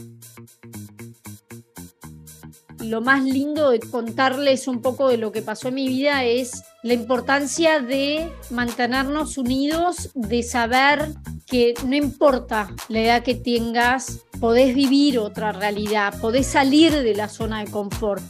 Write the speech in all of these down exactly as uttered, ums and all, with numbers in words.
Lo más lindo de contarles un poco de lo que pasó en mi vida es la importancia de mantenernos unidos, de saber que no importa la edad que tengas, podés vivir otra realidad, podés salir de la zona de confort.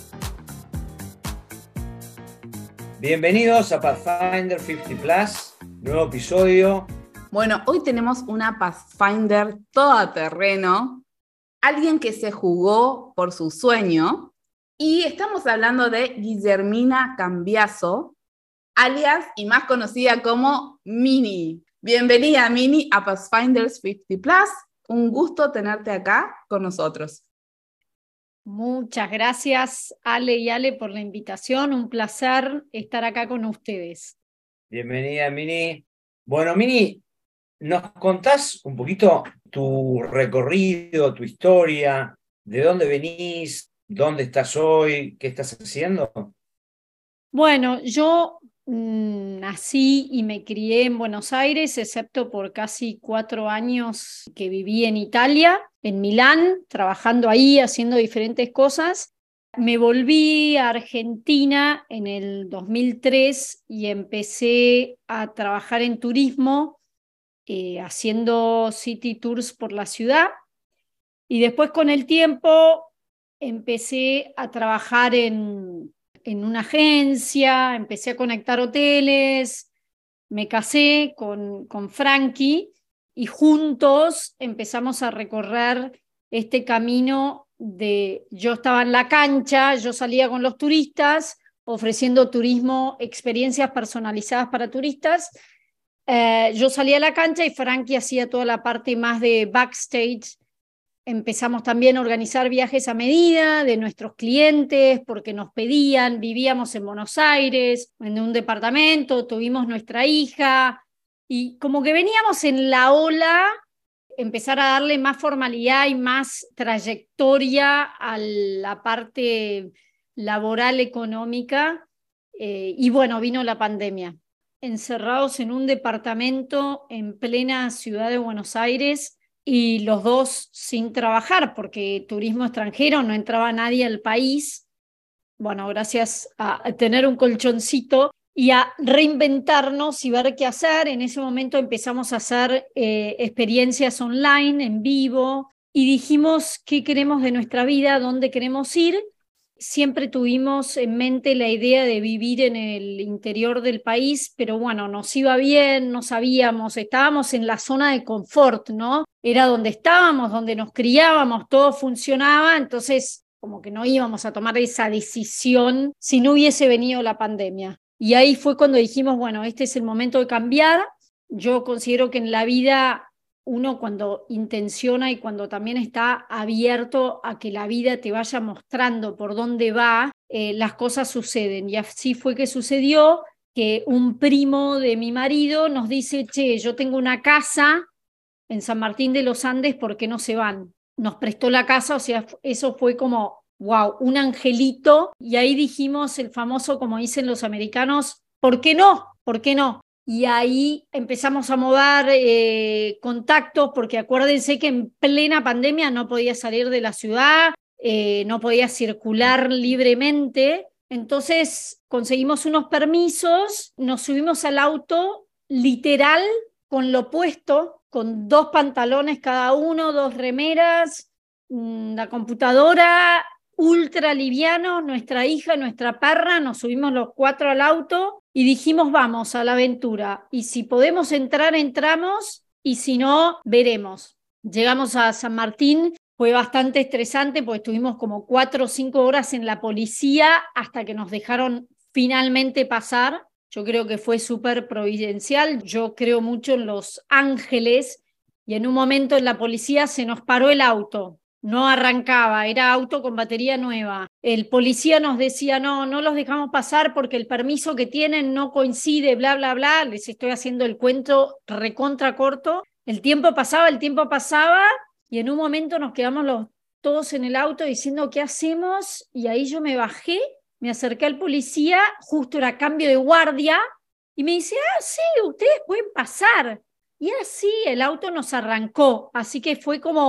Bienvenidos a Pathfinder cincuenta Plus, nuevo episodio. Bueno, hoy tenemos una Pathfinder todoterreno, alguien que se jugó por su sueño, y estamos hablando de Guillermina Cambiaso, alias y más conocida como Mini. Bienvenida, Mini, a Pathfinder cincuenta Plus. Un gusto tenerte acá con nosotros. Muchas gracias, Ale y Ale, por la invitación. Un placer estar acá con ustedes. Bienvenida, Mini. Bueno, Mini, ¿nos contás un poquito tu recorrido, tu historia? ¿De dónde venís? ¿Dónde estás hoy? ¿Qué estás haciendo? Bueno, yo mmm, nací y me crié en Buenos Aires, excepto por casi cuatro años que viví en Italia, en Milán, trabajando ahí, haciendo diferentes cosas. Me volví a Argentina en el dos mil tres y empecé a trabajar en turismo, eh, haciendo city tours por la ciudad. Y después, con el tiempo, empecé a trabajar en, en una agencia, empecé a conectar hoteles, me casé con, con Frankie y juntos empezamos a recorrer este camino de yo estaba en la cancha, yo salía con los turistas ofreciendo turismo, experiencias personalizadas para turistas. Eh, yo salía a la cancha y Frankie hacía toda la parte más de backstage. Empezamos también a organizar viajes a medida de nuestros clientes porque nos pedían. Vivíamos en Buenos Aires, en un departamento, tuvimos nuestra hija y como que veníamos en la ola, empezar a darle más formalidad y más trayectoria a la parte laboral económica. Eh, y bueno, vino la pandemia. Encerrados en un departamento en plena ciudad de Buenos Aires, y los dos sin trabajar, porque turismo extranjero no entraba nadie al país. Bueno, gracias a tener un colchoncito y a reinventarnos y ver qué hacer. En ese momento empezamos a hacer eh, experiencias online, en vivo, y dijimos qué queremos de nuestra vida, dónde queremos ir. Siempre tuvimos en mente la idea de vivir en el interior del país, pero bueno, nos iba bien, no sabíamos, estábamos en la zona de confort, ¿no? Era donde estábamos, donde nos criábamos, todo funcionaba, entonces como que no íbamos a tomar esa decisión si no hubiese venido la pandemia. Y ahí fue cuando dijimos, bueno, este es el momento de cambiar. Yo considero que en la vida uno, cuando intenciona y cuando también está abierto a que la vida te vaya mostrando por dónde va, eh, las cosas suceden. Y así fue que sucedió, que un primo de mi marido nos dice, che, yo tengo una casa en San Martín de los Andes, ¿por qué no se van? Nos prestó la casa, o sea, eso fue como, wow, un angelito. Y ahí dijimos el famoso, como dicen los americanos, ¿por qué no? ¿Por qué no? Y ahí empezamos a mover eh, contactos, porque acuérdense que en plena pandemia no podía salir de la ciudad, eh, no podía circular libremente. Entonces conseguimos unos permisos, nos subimos al auto, literal, con lo puesto, con dos pantalones cada uno, dos remeras, la computadora, ultra liviano, nuestra hija, nuestra perra, nos subimos los cuatro al auto y dijimos, vamos a la aventura. Y si podemos entrar, entramos, y si no, veremos. Llegamos a San Martín, fue bastante estresante porque estuvimos como cuatro o cinco horas en la policía hasta que nos dejaron finalmente pasar. Yo creo que fue súper providencial. Yo creo mucho en los ángeles y en un momento en la policía se nos paró el auto. No arrancaba, era auto con batería nueva. El policía nos decía, no, no los dejamos pasar porque el permiso que tienen no coincide, bla, bla, bla. Les estoy haciendo el cuento recontra corto. El tiempo pasaba, el tiempo pasaba, y en un momento nos quedamos los, todos en el auto diciendo, ¿qué hacemos? Y ahí yo me bajé, me acerqué al policía, justo era cambio de guardia, y me dice, ah, sí, ustedes pueden pasar. Y así el auto nos arrancó, así que fue como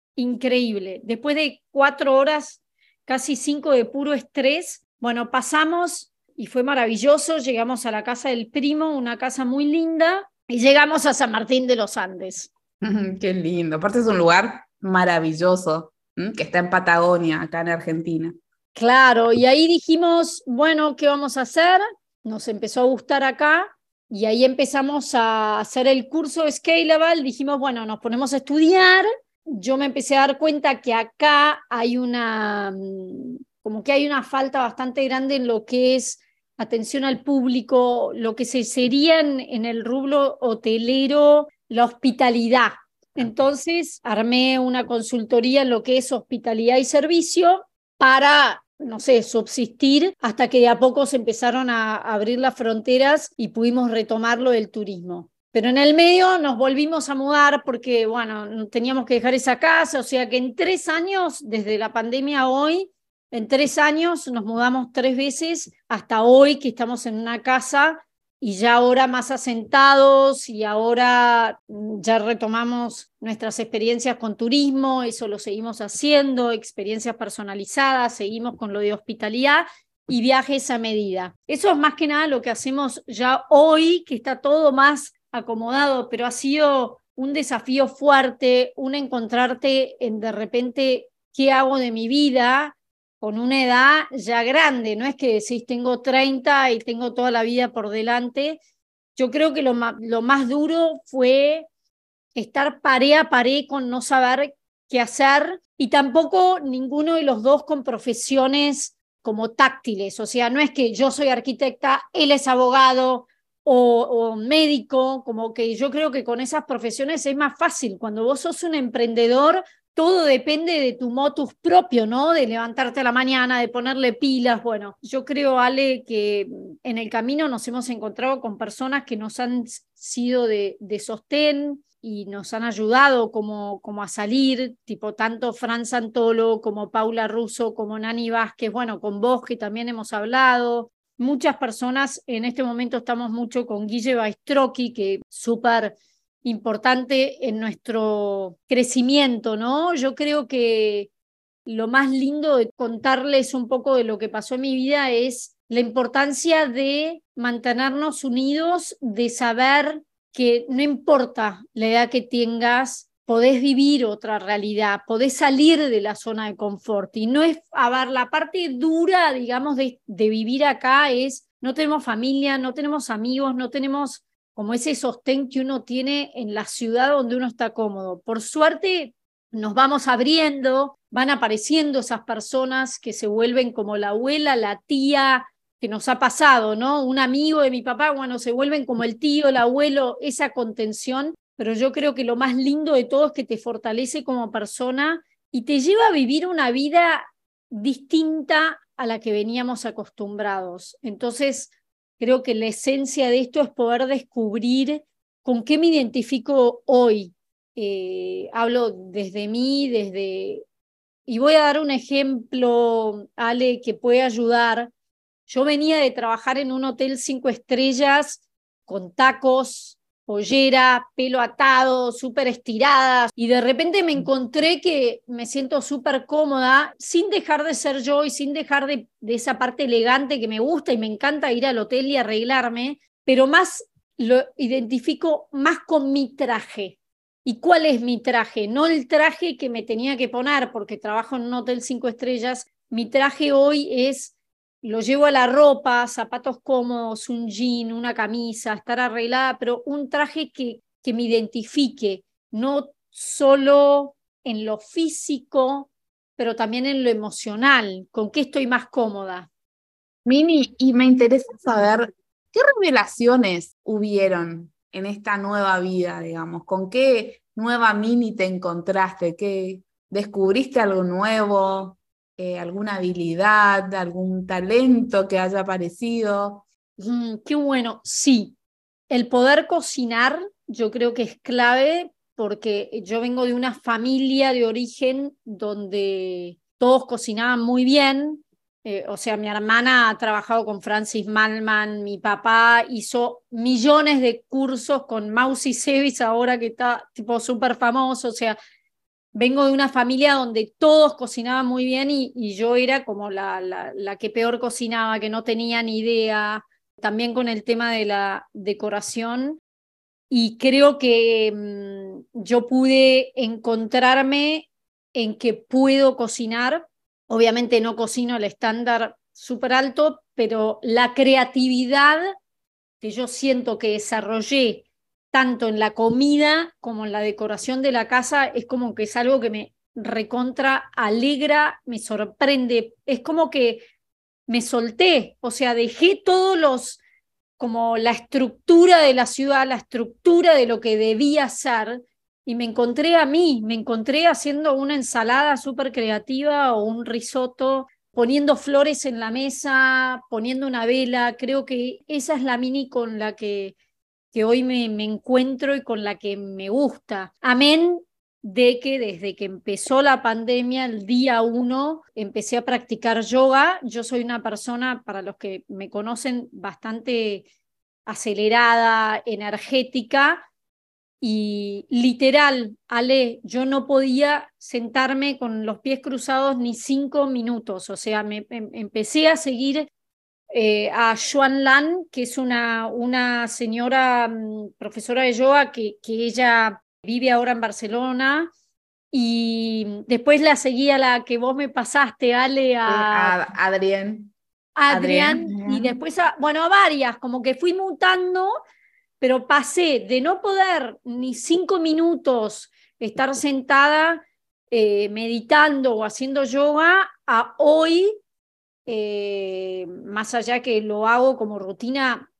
increíble. Después de cuatro horas, casi cinco de puro estrés, bueno, pasamos y fue maravilloso. Llegamos a la casa del primo, una casa muy linda, y llegamos a San Martín de los Andes. Qué lindo. Aparte es un lugar maravilloso, ¿m? Que está en Patagonia, acá en Argentina. Claro, y ahí dijimos, bueno, ¿qué vamos a hacer? Nos empezó a gustar acá y ahí empezamos a hacer el curso de Scalable. Dijimos, bueno, nos ponemos a estudiar. Yo me empecé a dar cuenta que acá hay una, como que hay una falta bastante grande en lo que es atención al público, lo que se sería en, en el rubro hotelero, la hospitalidad. Entonces armé una consultoría en lo que es hospitalidad y servicio para, no sé, subsistir hasta que de a poco se empezaron a abrir las fronteras y pudimos retomar lo del turismo. Pero en el medio nos volvimos a mudar porque, bueno, teníamos que dejar esa casa, o sea que en tres años, desde la pandemia a hoy, en tres años nos mudamos tres veces hasta hoy que estamos en una casa y ya ahora más asentados y ahora ya retomamos nuestras experiencias con turismo, eso lo seguimos haciendo, experiencias personalizadas, seguimos con lo de hospitalidad y viajes a medida. Eso es más que nada lo que hacemos ya hoy, que está todo más acomodado, pero ha sido un desafío fuerte, un encontrarte en de repente qué hago de mi vida con una edad ya grande, no es que decís tengo treinta y tengo toda la vida por delante. Yo creo que lo más, lo más duro fue estar paré a paré con no saber qué hacer y tampoco ninguno de los dos con profesiones como táctiles, o sea, no es que yo soy arquitecta, él es abogado o, o médico, como que yo creo que con esas profesiones es más fácil. Cuando vos sos un emprendedor, todo depende de tu motus propio, ¿no? De levantarte a la mañana, de ponerle pilas. Bueno, yo creo, Ale, que en el camino nos hemos encontrado con personas que nos han sido de, de sostén y nos han ayudado como, como a salir, tipo tanto Fran Santolo como Paula Russo, como Nani Vázquez, bueno, con vos que también hemos hablado. Muchas personas, en este momento estamos mucho con Guille Baistrocchi, que es súper importante en nuestro crecimiento, ¿no? Yo creo que lo más lindo de contarles un poco de lo que pasó en mi vida es la importancia de mantenernos unidos, de saber que no importa la edad que tengas, podés vivir otra realidad, podés salir de la zona de confort. Y no es, a ver, la parte dura, digamos, de, de vivir acá es, no tenemos familia, no tenemos amigos, no tenemos como ese sostén que uno tiene en la ciudad donde uno está cómodo. Por suerte nos vamos abriendo, van apareciendo esas personas que se vuelven como la abuela, la tía, que nos ha pasado, ¿no? Un amigo de mi papá, bueno, se vuelven como el tío, el abuelo, esa contención, pero yo creo que lo más lindo de todo es que te fortalece como persona y te lleva a vivir una vida distinta a la que veníamos acostumbrados. Entonces, creo que la esencia de esto es poder descubrir con qué me identifico hoy. Eh, hablo desde mí, desde... Y voy a dar un ejemplo, Ale, que puede ayudar. Yo venía de trabajar en un hotel cinco estrellas con tacos, pollera, pelo atado, súper estirada, y de repente me encontré que me siento súper cómoda, sin dejar de ser yo y sin dejar de, de esa parte elegante que me gusta y me encanta ir al hotel y arreglarme, pero más lo identifico más con mi traje. ¿Y cuál es mi traje? No el traje que me tenía que poner porque trabajo en un hotel cinco estrellas. Mi traje hoy es, lo llevo a la ropa, zapatos cómodos, un jean, una camisa, estar arreglada, pero un traje que, que me identifique, no solo en lo físico, pero también en lo emocional, con qué estoy más cómoda. Mini, y me interesa saber qué revelaciones hubieron en esta nueva vida, digamos, con qué nueva Mini te encontraste, qué descubriste algo nuevo, eh, alguna habilidad, algún talento que haya aparecido. Mm, qué bueno, sí. El poder cocinar yo creo que es clave porque yo vengo de una familia de origen donde todos cocinaban muy bien. Eh, o sea, mi hermana ha trabajado con Francis Mallmann, mi papá hizo millones de cursos con Mausi Sevis ahora que está tipo súper famoso. O sea, vengo de una familia donde todos cocinaban muy bien y, y yo era como la, la, la que peor cocinaba, que no tenía ni idea, también con el tema de la decoración. Y creo que mmm, yo pude encontrarme en que puedo cocinar. Obviamente no cocino al estándar súper alto, pero la creatividad que yo siento que desarrollé tanto en la comida como en la decoración de la casa es como que es algo que me recontra alegra, me sorprende. Es como que me solté, o sea, dejé todos los, como la estructura de la ciudad, la estructura de lo que debía ser, y me encontré a mí, me encontré haciendo una ensalada súper creativa o un risotto, poniendo flores en la mesa, poniendo una vela. Creo que esa es la Mini con la que, que hoy me, me encuentro y con la que me gusta. Amén de que desde que empezó la pandemia, el día uno, empecé a practicar yoga. Yo soy una persona, para los que me conocen, bastante acelerada, energética, y literal, Ale, yo no podía sentarme con los pies cruzados ni cinco minutos. O sea, me, em, empecé a seguir eh, a Xuan Lan, que es una, una señora um, profesora de yoga que, que ella vive ahora en Barcelona, y después la seguí a la que vos me pasaste, Ale, Sí, a a Adrián. Adrián, y Adrián. después a, bueno, a varias, como que fui mutando, pero pasé de no poder ni cinco minutos estar sentada eh, meditando o haciendo yoga a hoy, eh, más allá que lo hago como rutina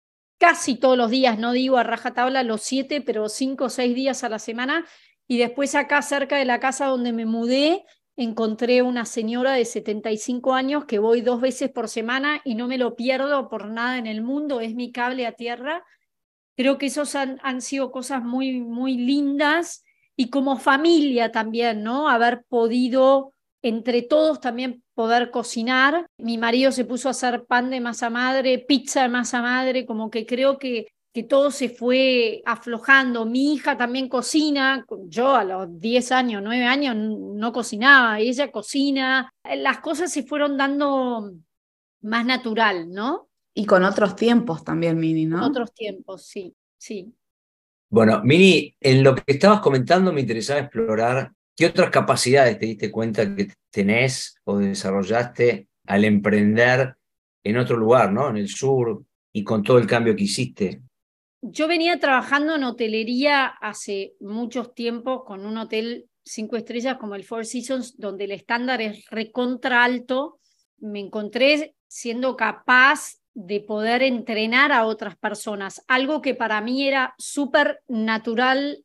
casi todos los días, no digo a rajatabla los siete, pero cinco o seis días a la semana. Y después acá cerca de la casa donde me mudé, encontré una señora de setenta y cinco años que voy dos veces por semana y no me lo pierdo por nada en el mundo, es mi cable a tierra. Creo que esos han, han sido cosas muy, muy lindas, y como familia también, ¿no? Haber podido, entre todos también poder cocinar. Mi marido se puso a hacer pan de masa madre, pizza de masa madre, como que creo que, que todo se fue aflojando. Mi hija también cocina, yo a los diez años, nueve años no cocinaba, ella cocina. Las cosas se fueron dando más natural, ¿no? Y con otros tiempos también, Mini, En ¿no? otros tiempos, sí, sí. Bueno, Mini, en lo que estabas comentando me interesaba explorar qué otras capacidades te diste cuenta que tenés o desarrollaste al emprender en otro lugar, ¿no? En el sur y con todo el cambio que hiciste. Yo venía trabajando en hotelería hace muchos tiempos con un hotel cinco estrellas como el Four Seasons, donde el estándar es recontra alto. Me encontré siendo capaz de poder entrenar a otras personas, algo que para mí era súper natural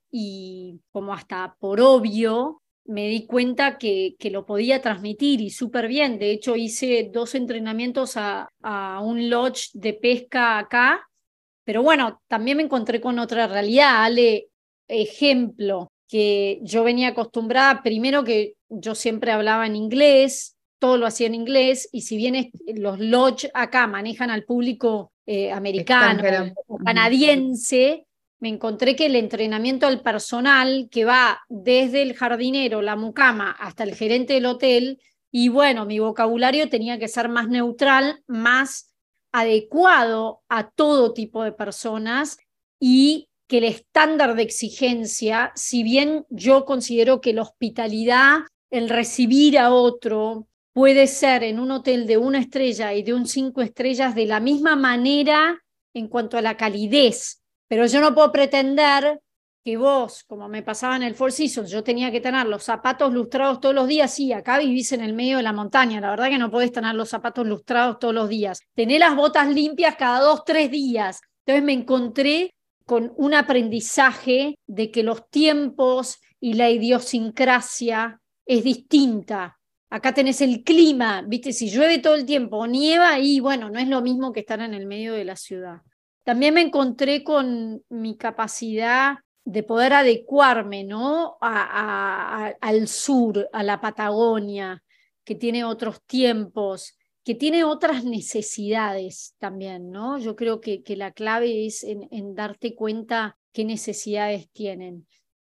y como hasta por obvio. Me di cuenta que, que lo podía transmitir y súper bien. De hecho, hice dos entrenamientos a, a un lodge de pesca acá. Pero bueno, también me encontré con otra realidad, Ale. Ejemplo, que yo venía acostumbrada, primero que yo siempre hablaba en inglés, todo lo hacía en inglés, y si bien es, los lodge acá manejan al público eh, americano Extranjero. o Ujú. canadiense, me encontré que el entrenamiento al personal, que va desde el jardinero, la mucama, hasta el gerente del hotel, y bueno, mi vocabulario tenía que ser más neutral, más adecuado a todo tipo de personas, y que el estándar de exigencia, si bien yo considero que la hospitalidad, el recibir a otro, puede ser en un hotel de una estrella y de un cinco estrellas de la misma manera en cuanto a la calidez, pero yo no puedo pretender que vos, como me pasaba en el Four Seasons, yo tenía que tener los zapatos lustrados todos los días. Sí, acá vivís en el medio de la montaña, la verdad que no podés tener los zapatos lustrados todos los días. Tener las botas limpias cada dos, tres días. Entonces me encontré con un aprendizaje de que los tiempos y la idiosincrasia es distinta. Acá tenés el clima, viste, si llueve todo el tiempo o nieva, y bueno, no es lo mismo que estar en el medio de la ciudad. También me encontré con mi capacidad de poder adecuarme, ¿no? a, a, a, al sur, a la Patagonia, que tiene otros tiempos, que tiene otras necesidades también, ¿no? Yo creo que, que la clave es en, en darte cuenta qué necesidades tienen.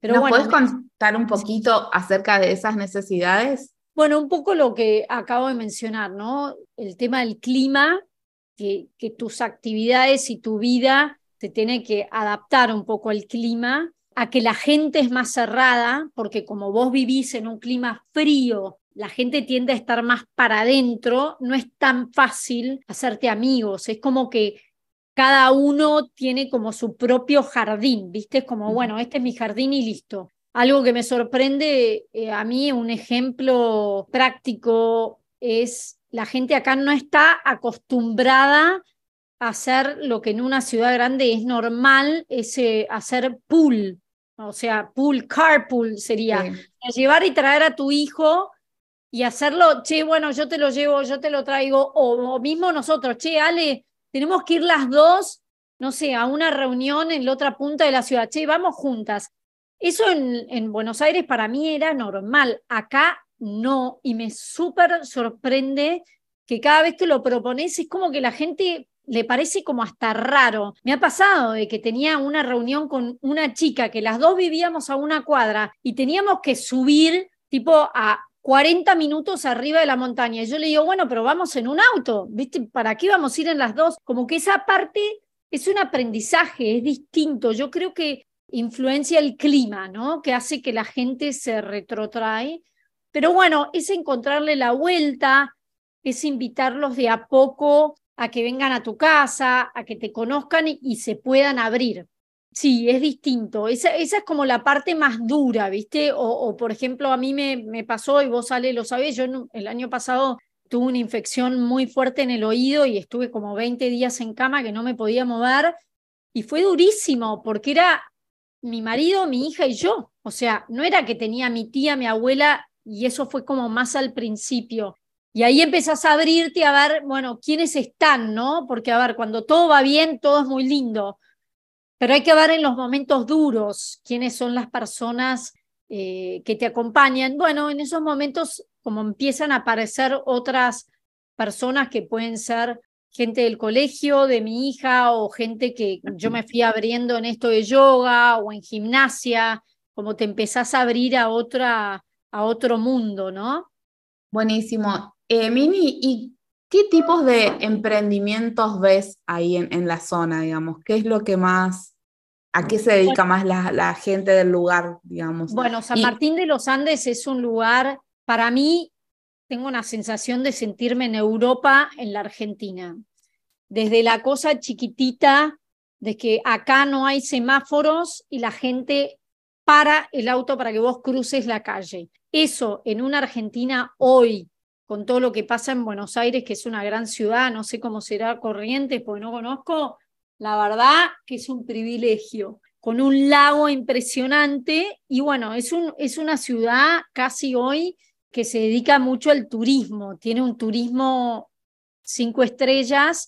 Pero ¿Nos bueno, podés contar un poquito acerca de esas necesidades? Bueno, un poco lo que acabo de mencionar, ¿no? El tema del clima, que, que tus actividades y tu vida te tiene que adaptar un poco al clima, a que la gente es más cerrada, porque como vos vivís en un clima frío, la gente tiende a estar más para adentro, no es tan fácil hacerte amigos, es como que cada uno tiene como su propio jardín, ¿viste? Es como, bueno, este es mi jardín y listo. Algo que me sorprende eh, a mí, un ejemplo práctico, es la gente acá no está acostumbrada a hacer lo que en una ciudad grande es normal, es eh, hacer pool, o sea, pool, carpool sería, Sí. llevar y traer a tu hijo y hacerlo, che, bueno, yo te lo llevo, yo te lo traigo, o, o mismo nosotros, che, Ale, tenemos que ir las dos, no sé, a una reunión en la otra punta de la ciudad, che, vamos juntas. Eso en, en Buenos Aires para mí era normal, acá no, y me súper sorprende que cada vez que lo propones es como que la gente le parece como hasta raro. Me ha pasado de que tenía una reunión con una chica que las dos vivíamos a una cuadra y teníamos que subir tipo a cuarenta minutos arriba de la montaña. Y yo le digo, bueno, pero vamos en un auto, ¿viste? ¿Para qué vamos a ir en las dos? Como que esa parte es un aprendizaje, es distinto. Yo creo que influencia el clima, ¿no? Que hace que la gente se retrotrae. Pero bueno, es encontrarle la vuelta, es invitarlos de a poco a que vengan a tu casa, a que te conozcan y, y se puedan abrir. Sí, es distinto. Esa, esa es como la parte más dura, ¿viste? O, o por ejemplo, a mí me, me pasó, y vos, Ale, lo sabés, yo no, el año pasado tuve una infección muy fuerte en el oído y estuve como veinte días en cama que no me podía mover y fue durísimo porque era mi marido, mi hija y yo. O sea, no era que tenía mi tía, mi abuela y eso fue como más al principio. Y ahí empezás a abrirte a ver, bueno, quiénes están, ¿no? Porque, a ver, cuando todo va bien, todo es muy lindo. Pero hay que ver en los momentos duros quiénes son las personas eh, que te acompañan. Bueno, en esos momentos, como empiezan a aparecer otras personas que pueden ser gente del colegio, de mi hija, o gente que yo me fui abriendo en esto de yoga o en gimnasia, como te empezás a abrir a, otra, a otro mundo, ¿no? Buenísimo. Eh, Mini, ¿y qué tipos de emprendimientos ves ahí en, en la zona, digamos? ¿Qué es lo que más, a qué se dedica más la, la gente del lugar, digamos? Bueno, San Y Martín de los Andes es un lugar, para mí, tengo una sensación de sentirme en Europa, en la Argentina. Desde la cosa chiquitita, de que acá no hay semáforos y la gente para el auto para que vos cruces la calle. Eso en una Argentina hoy, con todo lo que pasa en Buenos Aires, que es una gran ciudad, no sé cómo será Corrientes, porque no conozco, la verdad que es un privilegio, con un lago impresionante y bueno, es, un, es una ciudad casi hoy que se dedica mucho al turismo, tiene un turismo cinco estrellas,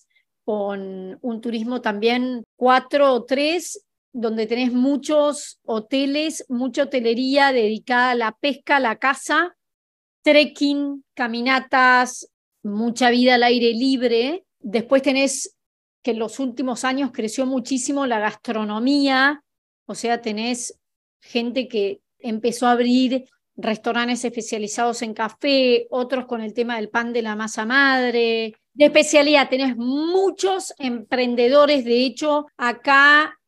con un turismo también cuatro o tres, donde tenés muchos hoteles, mucha hotelería dedicada a la pesca, a la caza, trekking, caminatas, mucha vida al aire libre. Después tenés que en los últimos años creció muchísimo la gastronomía, o sea, tenés gente que empezó a abrir restaurantes especializados en café, otros con el tema del pan de la masa madre. De especialidad, tenés muchos emprendedores. De hecho, acá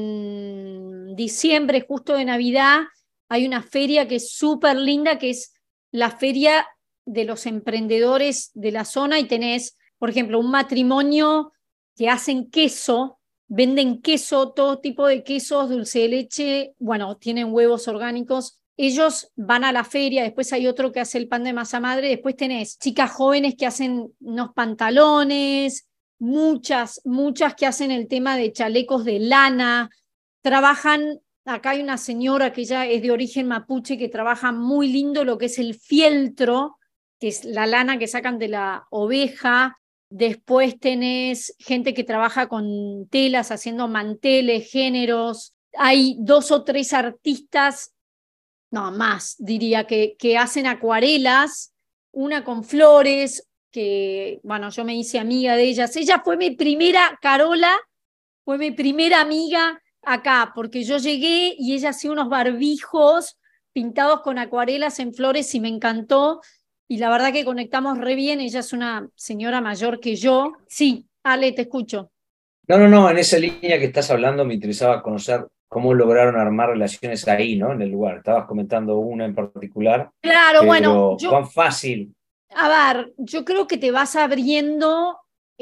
en diciembre, justo de Navidad, hay una feria que es súper linda, que es la feria de los emprendedores de la zona y tenés, por ejemplo, un matrimonio que hacen queso, venden queso, todo tipo de quesos, dulce de leche, bueno, tienen huevos orgánicos. Ellos van a la feria, después hay otro que hace el pan de masa madre, después tenés chicas jóvenes que hacen unos pantalones, muchas, muchas que hacen el tema de chalecos de lana, trabajan, acá hay una señora que ya es de origen mapuche que trabaja muy lindo lo que es el fieltro, que es la lana que sacan de la oveja. Después tenés gente que trabaja con telas, haciendo manteles, géneros. Hay dos o tres artistas, no más, diría, que, que hacen acuarelas, una con flores, que, bueno, yo me hice amiga de ellas. Ella fue mi primera, Carola, fue mi primera amiga acá, porque yo llegué y ella hacía unos barbijos pintados con acuarelas en flores y me encantó. Y la verdad que conectamos re bien. Ella es una señora mayor que yo. Sí, Ale, te escucho. No, no, no, en esa línea que estás hablando me interesaba conocer cómo lograron armar relaciones ahí, ¿no? En el lugar. Estabas comentando una en particular, Claro, bueno, pero yo, cuán fácil. a ver, yo creo que te vas abriendo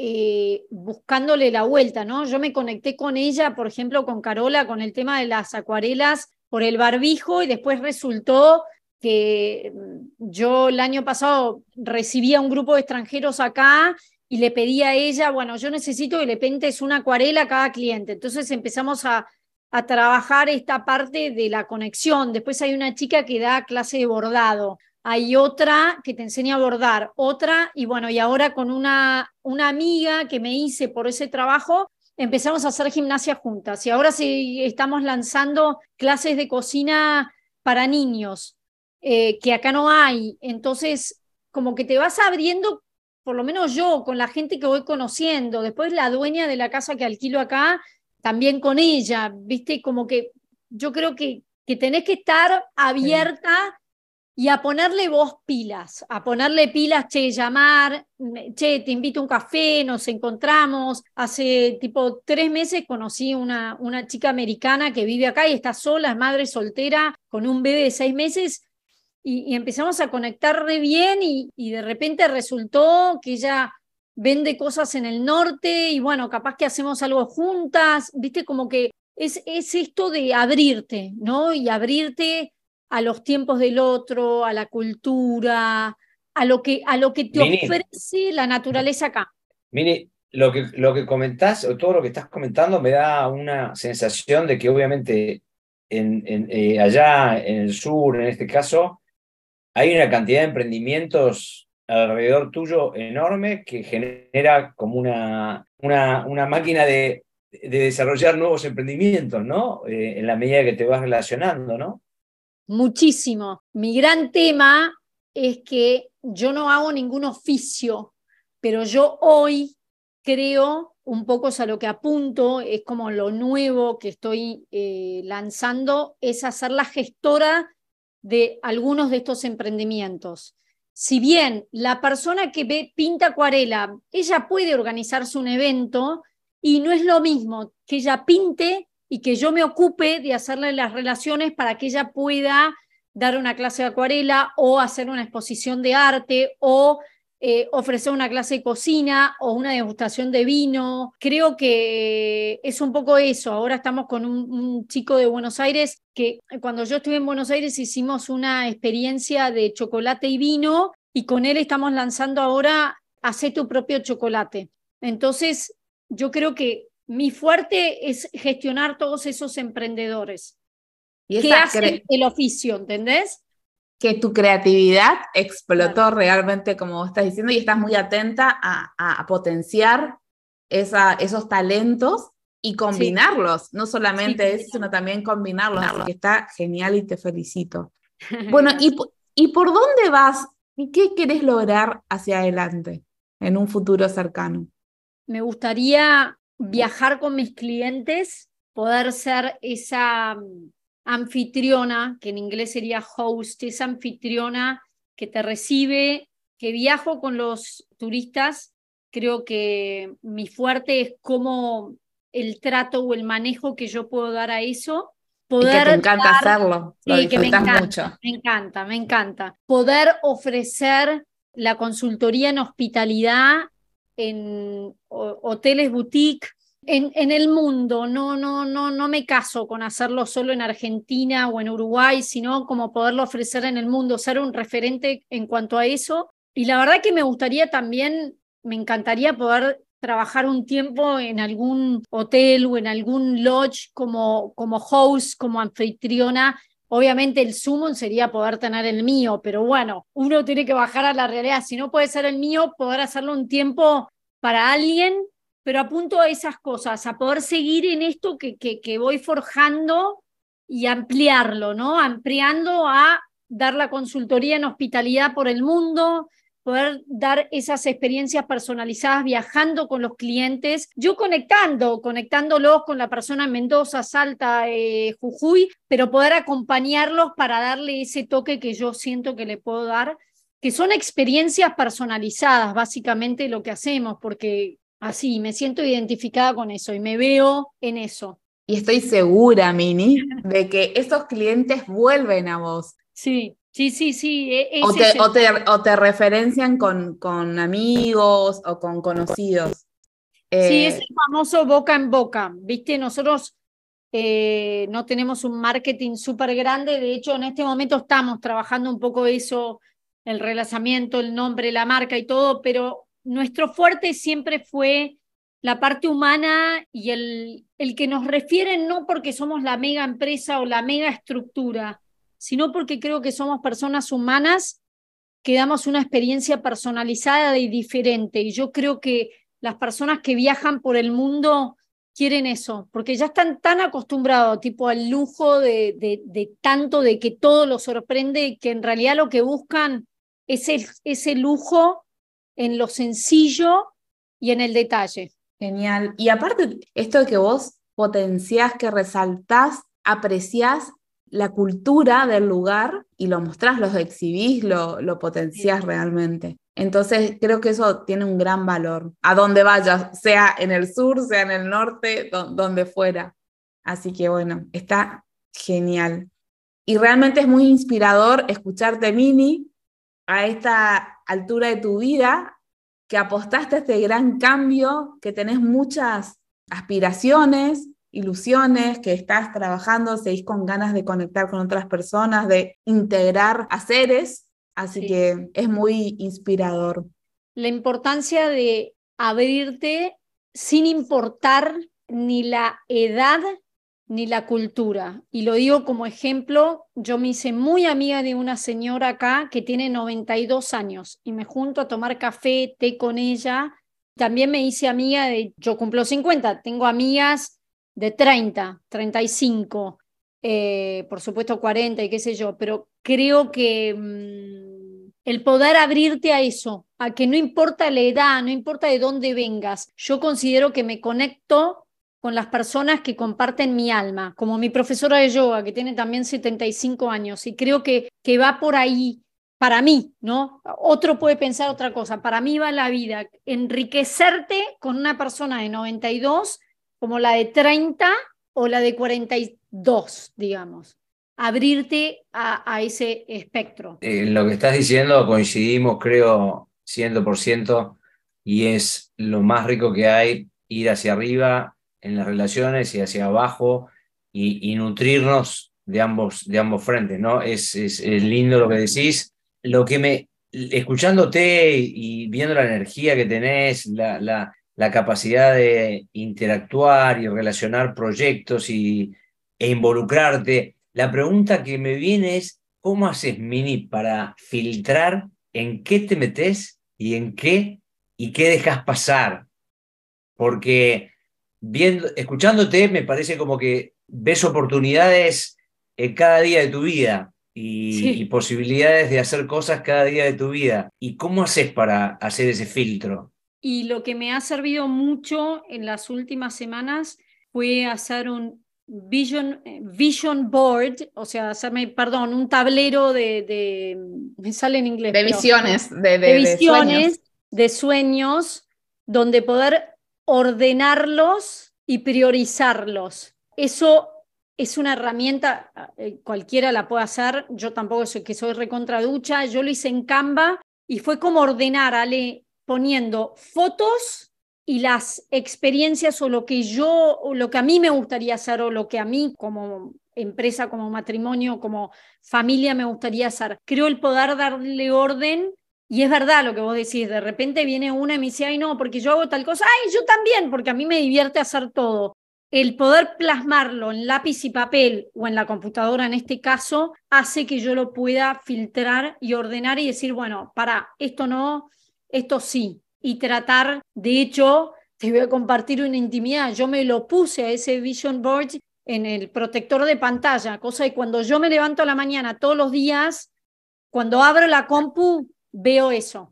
eh, buscándole la vuelta, ¿no? Yo me conecté con ella, por ejemplo, con Carola, con el tema de las acuarelas por el barbijo y después resultó que yo el año pasado recibía un grupo de extranjeros acá y le pedí a ella, bueno, yo necesito que le pintes una acuarela a cada cliente. Entonces empezamos a, a trabajar esta parte de la conexión. Después hay una chica que da clase de bordado. Hay otra que te enseña a bordar, otra, y bueno, y ahora con una, una amiga que me hice por ese trabajo, empezamos a hacer gimnasia juntas. Y ahora sí estamos lanzando clases de cocina para niños, eh, que acá no hay. Entonces, como que te vas abriendo, por lo menos yo, con la gente que voy conociendo. Después la dueña de la casa que alquilo acá, también con ella, ¿viste? Como que yo creo que, que tenés que estar abierta y a ponerle vos pilas, a ponerle pilas, che, llamar, che, te invito a un café, nos encontramos. Hace tipo tres meses conocí una, una chica americana que vive acá y está sola, es madre soltera, con un bebé de seis meses, y, y empezamos a conectar re bien y, y de repente resultó que ella vende cosas en el norte y bueno, capaz que hacemos algo juntas, viste, como que es, es esto de abrirte, ¿no? Y abrirte a los tiempos del otro, a la cultura, a lo que, a lo que te Mini, ofrece la naturaleza acá. Mini, lo que, lo que comentás, o todo lo que estás comentando, me da una sensación de que obviamente en, en, eh, allá en el sur, en este caso, hay una cantidad de emprendimientos alrededor tuyo enorme que genera como una, una, una máquina de, de desarrollar nuevos emprendimientos, ¿no? Eh, en la medida que te vas relacionando, ¿no? Muchísimo. Mi gran tema es que yo no hago ningún oficio, pero yo hoy creo, un poco es a lo que apunto, es como lo nuevo que estoy eh, lanzando, es hacer la gestora de algunos de estos emprendimientos. Si bien la persona que ve, pinta acuarela, ella puede organizarse un evento y no es lo mismo que ella pinte y que yo me ocupe de hacerle las relaciones para que ella pueda dar una clase de acuarela o hacer una exposición de arte o eh, ofrecer una clase de cocina o una degustación de vino. Creo que es un poco eso. Ahora estamos con un, un chico de Buenos Aires que cuando yo estuve en Buenos Aires hicimos una experiencia de chocolate y vino y con él estamos lanzando ahora Hacé tu propio chocolate. Entonces, yo creo que mi fuerte es gestionar todos esos emprendedores Y que esa hacen cre- el oficio, ¿entendés? que tu creatividad explotó Claro. realmente, como vos estás diciendo, y estás muy atenta a, a- a potenciar esa, esos talentos y Sí, combinarlos. No sí, solamente eso, combinamos. sino también combinarlos. Así que está genial y te felicito. Bueno, ¿y, Gracias. po- ¿y por dónde vas? ¿Y qué querés lograr hacia adelante en un futuro cercano? Me gustaría viajar con mis clientes, poder ser esa mm, anfitriona, que en inglés sería host, esa anfitriona que te recibe, que viajo con los turistas. Creo que mi fuerte es cómo el trato o el manejo que yo puedo dar a eso, Y que te poder encanta dar, hacerlo, lo sí, que me disfrutas encanta, mucho. me encanta, me encanta, poder ofrecer la consultoría en hospitalidad en hoteles boutique, en, en el mundo. No, no, no, no me caso con hacerlo solo en Argentina o en Uruguay, sino como poderlo ofrecer en el mundo, ser un referente en cuanto a eso. Y la verdad que me gustaría también, me encantaría poder trabajar un tiempo en algún hotel o en algún lodge como, como host, como anfitriona. Obviamente el sumo sería poder tener el mío, pero bueno, uno tiene que bajar a la realidad. Si no puede ser el mío, poder hacerlo un tiempo para alguien, pero apunto a esas cosas, a poder seguir en esto que, que, que voy forjando y ampliarlo, ¿no? Ampliando a dar la consultoría en hospitalidad por el mundo, poder dar esas experiencias personalizadas viajando con los clientes, yo conectando, conectándolos con la persona en Mendoza, Salta, eh, Jujuy, pero poder acompañarlos para darle ese toque que yo siento que le puedo dar, que son experiencias personalizadas, básicamente lo que hacemos, porque así me siento identificada con eso y me veo en eso. Y estoy segura, Mini, de que esos clientes vuelven a vos. Sí, sí, sí, sí. Ese O te, es el... o te, o te referencian con, con amigos o con conocidos. Sí, es Eh, el famoso boca en boca, ¿viste? Nosotros eh, no tenemos un marketing súper grande, de hecho en este momento estamos trabajando un poco eso, el relanzamiento, el nombre, la marca y todo, pero nuestro fuerte siempre fue la parte humana y el, el que nos refieren no porque somos la mega empresa o la mega estructura, sino porque creo que somos personas humanas que damos una experiencia personalizada y diferente. Y yo creo que las personas que viajan por el mundo quieren eso, porque ya están tan acostumbrados, tipo al lujo de, de, de tanto, de que todo los sorprende, que en realidad lo que buscan es el, ese lujo en lo sencillo y en el detalle. Genial. Y aparte, esto de que vos potenciás, que resaltás, apreciás la cultura del lugar y lo mostrás, lo exhibís, lo, lo potenciás realmente. Entonces, creo que eso tiene un gran valor, a donde vayas, sea en el sur, sea en el norte, do- donde fuera. Así que bueno, está genial. Y realmente es muy inspirador escucharte, Mini, a esta altura de tu vida, que apostaste a este gran cambio, que tenés muchas aspiraciones, ilusiones, que estás trabajando, seguís con ganas de conectar con otras personas, de integrar a seres, así Sí. que es muy inspirador. La importancia de abrirte sin importar ni la edad ni la cultura. Y lo digo como ejemplo, yo me hice muy amiga de una señora acá que tiene noventa y dos años y me junto a tomar café, té con ella. También me hice amiga de, yo cumplo cincuenta, tengo amigas de treinta, treinta y cinco, eh, por supuesto cuarenta y qué sé yo, pero creo que mmm, el poder abrirte a eso, a que no importa la edad, no importa de dónde vengas, yo considero que me conecto con las personas que comparten mi alma, como mi profesora de yoga, que tiene también setenta y cinco años, y creo que, que va por ahí, para mí, ¿no? Otro puede pensar otra cosa, para mí va la vida, enriquecerte con una persona de noventa y dos como la de treinta o la de cuarenta y dos, digamos, abrirte a, a ese espectro. Eh, lo que estás diciendo coincidimos, creo, cien por ciento, y es lo más rico que hay, ir hacia arriba en las relaciones y hacia abajo y, y nutrirnos de ambos, de ambos frentes, ¿no? Es, es, es lindo lo que decís. Lo que me, escuchándote y, y viendo la energía que tenés, la, la, la capacidad de interactuar y relacionar proyectos y, e involucrarte, la pregunta que me viene es, ¿cómo haces, Mini, para filtrar en qué te metes y en qué y qué dejas pasar? Porque viendo, escuchándote me parece como que ves oportunidades en cada día de tu vida y, y Sí. posibilidades de hacer cosas cada día de tu vida. ¿Y cómo haces para hacer ese filtro? Y lo que me ha servido mucho en las últimas semanas fue hacer un vision, vision board, o sea, hacerme, perdón, un tablero de, de me sale en inglés, De pero visiones, de, de de, de sueños. visiones, de sueños, donde poder ordenarlos y priorizarlos. Eso es una herramienta, eh, cualquiera la puede hacer, yo tampoco soy que soy recontraducha, yo lo hice en Canva y fue como ordenar, Ale, poniendo fotos y las experiencias o lo que yo, o lo que a mí me gustaría hacer o lo que a mí como empresa, como matrimonio, como familia me gustaría hacer. Creo el poder darle orden. Y es verdad lo que vos decís, de repente viene una y me dice, ay no, porque yo hago tal cosa, ay, yo también, porque a mí me divierte hacer todo. El poder plasmarlo en lápiz y papel o en la computadora en este caso, hace que yo lo pueda filtrar y ordenar y decir, bueno, para, esto no, esto sí. Y tratar, de hecho, te voy a compartir una intimidad, yo me lo puse a ese vision board en el protector de pantalla, cosa de cuando yo me levanto a la mañana todos los días, cuando abro la compu, veo eso.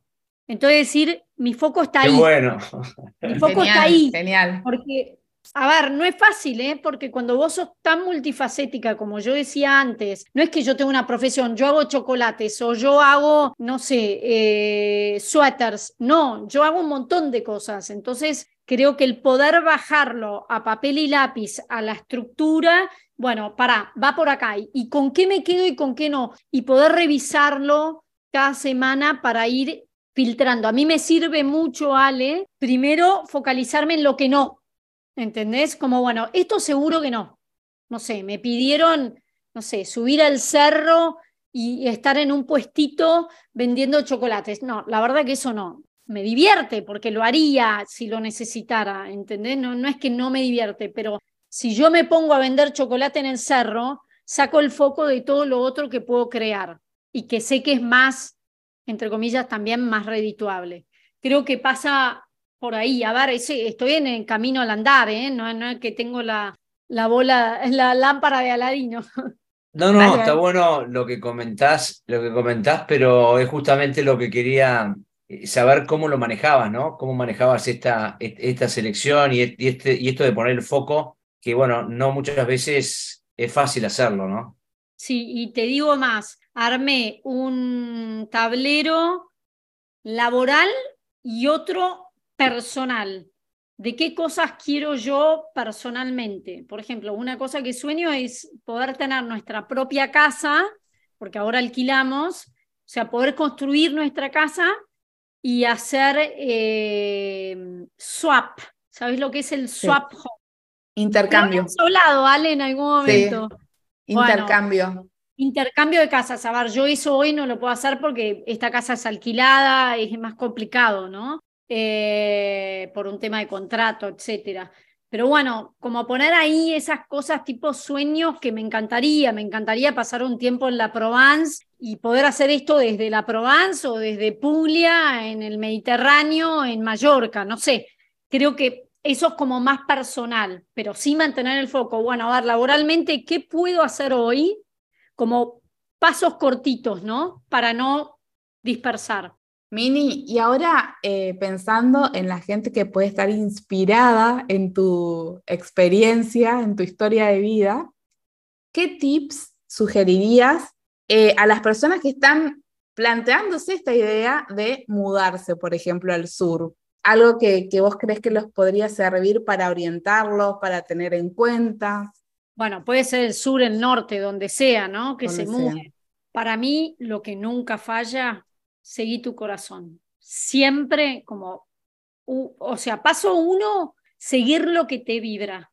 Entonces decir, mi foco está Qué ahí. bueno. Mi foco Genial, está ahí. genial. Porque, a ver, no es fácil, ¿eh? Porque cuando vos sos tan multifacética, como yo decía antes, no es que yo tengo una profesión, yo hago chocolates o yo hago, no sé, eh, suéteres. No, yo hago un montón de cosas. Entonces, creo que el poder bajarlo a papel y lápiz, a la estructura, bueno, pará, va por acá. ¿Y con qué me quedo y con qué no? Y poder revisarlo cada semana para ir filtrando. A mí me sirve mucho, Ale, primero focalizarme en lo que no, ¿entendés? Como, bueno, esto seguro que no. No sé, me pidieron, no sé, subir al cerro y estar en un puestito vendiendo chocolates. No, la verdad que eso no. Me divierte porque lo haría si lo necesitara, ¿entendés? No, no es que no me divierte, pero si yo me pongo a vender chocolate en el cerro, saco el foco de todo lo otro que puedo crear y que sé que es más, entre comillas, también más redituable. Creo que pasa por ahí. A ver, ese, estoy en el camino al andar, ¿eh? No, no es que tengo la, la bola, la lámpara de Aladino. No, no, está Vale. bueno lo que comentás, lo que comentás, pero es justamente lo que quería eh, saber cómo lo manejabas, ¿no? Cómo manejabas esta, est- esta selección y, et- y este, y esto de poner el foco, que bueno, no muchas veces es fácil hacerlo, ¿no? Sí, y te digo más, armé un tablero laboral y otro personal. ¿De qué cosas quiero yo personalmente? Por ejemplo, una cosa que sueño es poder tener nuestra propia casa, porque ahora alquilamos, o sea, poder construir nuestra casa y hacer eh, swap. ¿Sabes lo que es el Sí. swap home? Lo Intercambio. habíamos hablado, Ale, en algún Sí, momento. Bueno, intercambio. intercambio de casas. A ver, yo eso hoy no lo puedo hacer porque esta casa es alquilada, es más complicado, ¿no? Eh, por un tema de contrato, etcétera. Pero bueno, como poner ahí esas cosas tipo sueños que me encantaría, me encantaría pasar un tiempo en la Provence y poder hacer esto desde la Provence o desde Puglia, en el Mediterráneo, en Mallorca, no sé. Creo que eso es como más personal, pero sí mantener el foco. Bueno, a ver, laboralmente, ¿qué puedo hacer hoy? Como pasos cortitos, ¿no? Para no dispersar. Mini, y ahora eh, pensando en la gente que puede estar inspirada en tu experiencia, en tu historia de vida, ¿qué tips sugerirías eh, a las personas que están planteándose esta idea de mudarse, por ejemplo, al sur? Algo que, que vos crees que los podría servir para orientarlos, para tener en cuenta, Bueno, puede ser el sur, el norte, donde sea, ¿no? Que se donde sea. mude. Para mí, lo que nunca falla, seguí tu corazón. Siempre como, u- o sea, paso uno, seguir lo que te vibra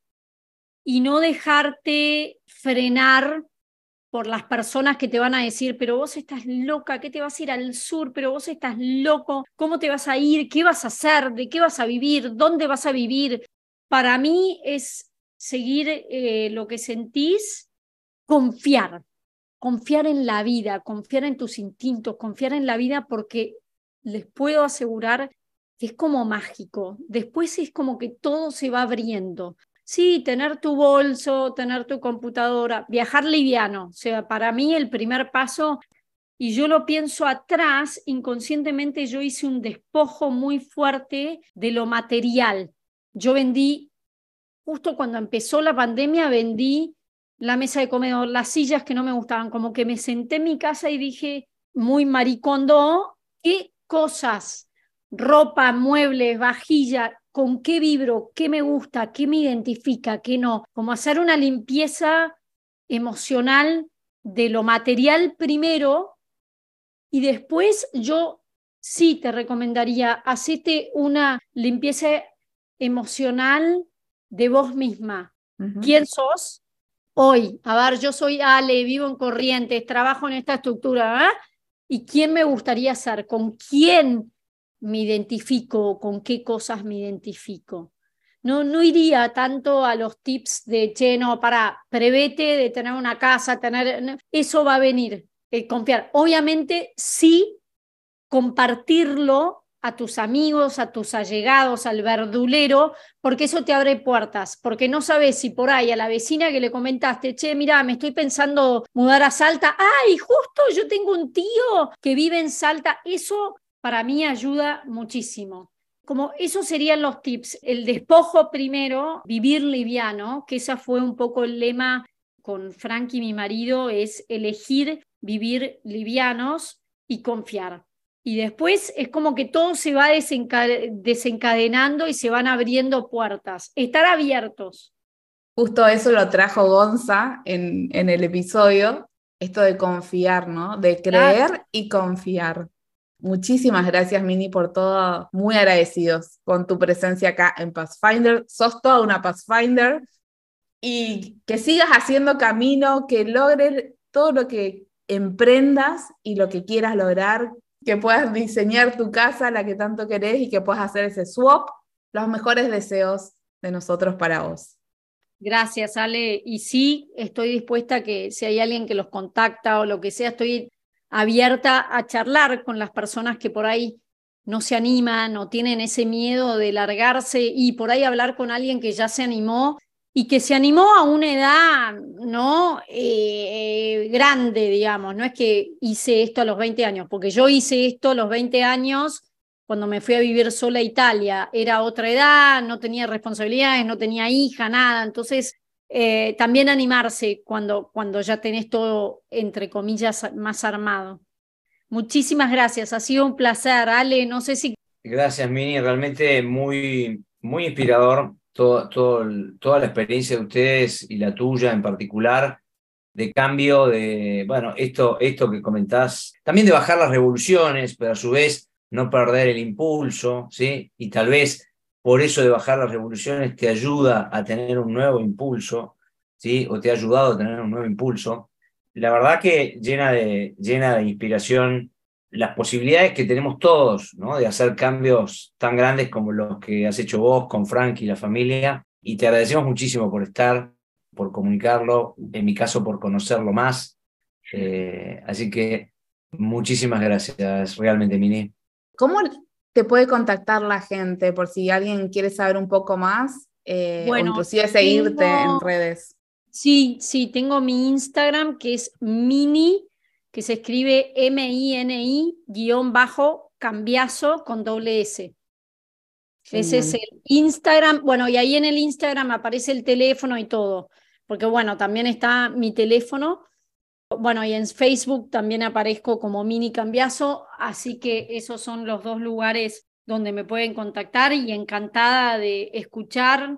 y no dejarte frenar por las personas que te van a decir, pero vos estás loca, ¿qué te vas a ir al sur? Pero vos estás loco, ¿cómo te vas a ir? ¿Qué vas a hacer? ¿De qué vas a vivir? ¿Dónde vas a vivir? Para mí es seguir eh, lo que sentís, confiar, confiar en la vida, confiar en tus instintos, confiar en la vida porque les puedo asegurar que es como mágico. Después es como que todo se va abriendo. Sí, tener tu bolso, tener tu computadora, viajar liviano. O sea, para mí el primer paso, y yo lo pienso atrás, inconscientemente yo hice un despojo muy fuerte de lo material. Yo vendí, justo cuando empezó la pandemia, vendí la mesa de comedor, las sillas que no me gustaban, como que me senté en mi casa y dije, muy maricondo, ¿qué cosas? Ropa, muebles, vajilla, con qué vibro, qué me gusta, qué me identifica, qué no. Como hacer una limpieza emocional de lo material primero y después yo sí te recomendaría, hacete una limpieza emocional de vos misma. Ujú. ¿Quién sos hoy? A ver, yo soy Ale, vivo en Corrientes, trabajo en esta estructura, ¿eh? ¿Y quién me gustaría ser? ¿Con quién me identifico? ¿Con qué cosas me identifico? No, no iría tanto a los tips de, che, no, para, prevete de tener una casa, tener... no, eso va a venir, el confiar. Obviamente, sí, compartirlo a tus amigos, a tus allegados, al verdulero, porque eso te abre puertas, porque no sabes si por ahí a la vecina que le comentaste, che, mira, me estoy pensando mudar a Salta, ay, justo yo tengo un tío que vive en Salta, eso para mí ayuda muchísimo. Como esos serían los tips. El despojo primero, vivir liviano, que ese fue un poco el lema con Frankie, mi marido, es elegir vivir livianos y confiar. Y después es como que todo se va desencadenando y se van abriendo puertas. Estar abiertos. Justo eso lo trajo Gonza en, en el episodio, esto de confiar, ¿no? De creer claro. y confiar. Muchísimas gracias, Mini, por todo. Muy agradecidos con tu presencia acá en Pathfinder. Sos toda una Pathfinder. Y que sigas haciendo camino, que logres todo lo que emprendas y lo que quieras lograr, que puedas diseñar tu casa, la que tanto querés, y que puedas hacer ese swap. Los mejores deseos de nosotros para vos. Gracias, Ale. Y sí, estoy dispuesta a que si hay alguien que los contacta o lo que sea, estoy abierta a charlar con las personas que por ahí no se animan o tienen ese miedo de largarse, y por ahí hablar con alguien que ya se animó y que se animó a una edad no eh, grande, digamos. No es que hice esto a los veinte años, porque yo hice esto a los veinte años cuando me fui a vivir sola a Italia. Era otra edad, no tenía responsabilidades, no tenía hija, nada. Entonces, eh, también animarse cuando, cuando ya tenés todo, entre comillas, más armado. Muchísimas gracias, ha sido un placer, Ale. No sé si... Gracias, Mini, realmente muy, muy inspirador todo, todo, toda la experiencia de ustedes y la tuya en particular, de cambio, de, bueno, esto, esto que comentás, también de bajar las revoluciones, pero a su vez no perder el impulso, ¿sí? Y tal vez por eso de bajar las revoluciones te ayuda a tener un nuevo impulso, ¿sí? O te ha ayudado a tener un nuevo impulso. La verdad que llena de, llena de inspiración las posibilidades que tenemos todos, ¿no? De hacer cambios tan grandes como los que has hecho vos con Frank y la familia. Y te agradecemos muchísimo por estar, por comunicarlo, en mi caso por conocerlo más. Eh, así que muchísimas gracias, realmente, Mini. ¿Cómo te puede contactar la gente por si alguien quiere saber un poco más eh, bueno, o inclusive seguirte tengo, en redes? Sí, sí, tengo mi Instagram, que es Mini, que se escribe M I N I guión bajo Cambiaso con doble S. Genial. Ese es el Instagram. Bueno, y ahí en el Instagram aparece el teléfono y todo, porque bueno, también está mi teléfono. Bueno, y en Facebook también aparezco como Mini Cambiaso, así que esos son los dos lugares donde me pueden contactar, y encantada de escuchar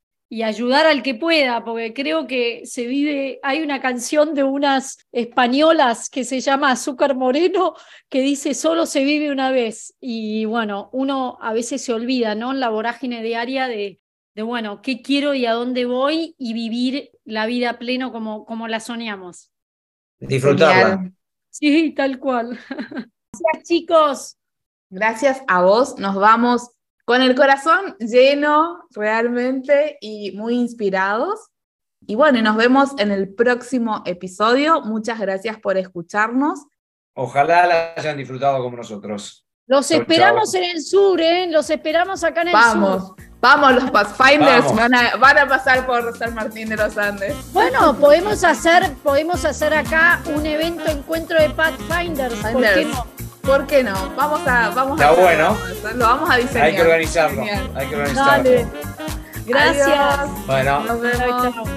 y ayudar al que pueda, porque creo que se vive, hay una canción de unas españolas que se llama Azúcar Moreno, que dice solo se vive una vez, y bueno, uno a veces se olvida, ¿no? En la vorágine diaria de, de bueno, qué quiero y a dónde voy, y vivir la vida pleno como, como la soñamos. Disfrutarla. Genial. Sí, tal cual. Gracias, chicos. Gracias a vos, nos vamos con el corazón lleno realmente y muy inspirados. Y bueno, y nos vemos en el próximo episodio. Muchas gracias por escucharnos. Ojalá la hayan disfrutado como nosotros. Los chau, esperamos chau. En el sur, ¿eh? Los esperamos acá en el vamos, sur. Vamos, los Pathfinders vamos. Van, a, van a pasar por San Martín de los Andes. Bueno, podemos hacer, podemos hacer acá un evento, encuentro de Pathfinders. ¿Por qué no? ¿Por qué no? Vamos a, vamos Está a bueno. Lo vamos a diseñar. Hay que organizarlo. Genial. Hay que organizarlo. Dale. Gracias. Adiós. Bueno. Nos vemos. Chau, chau.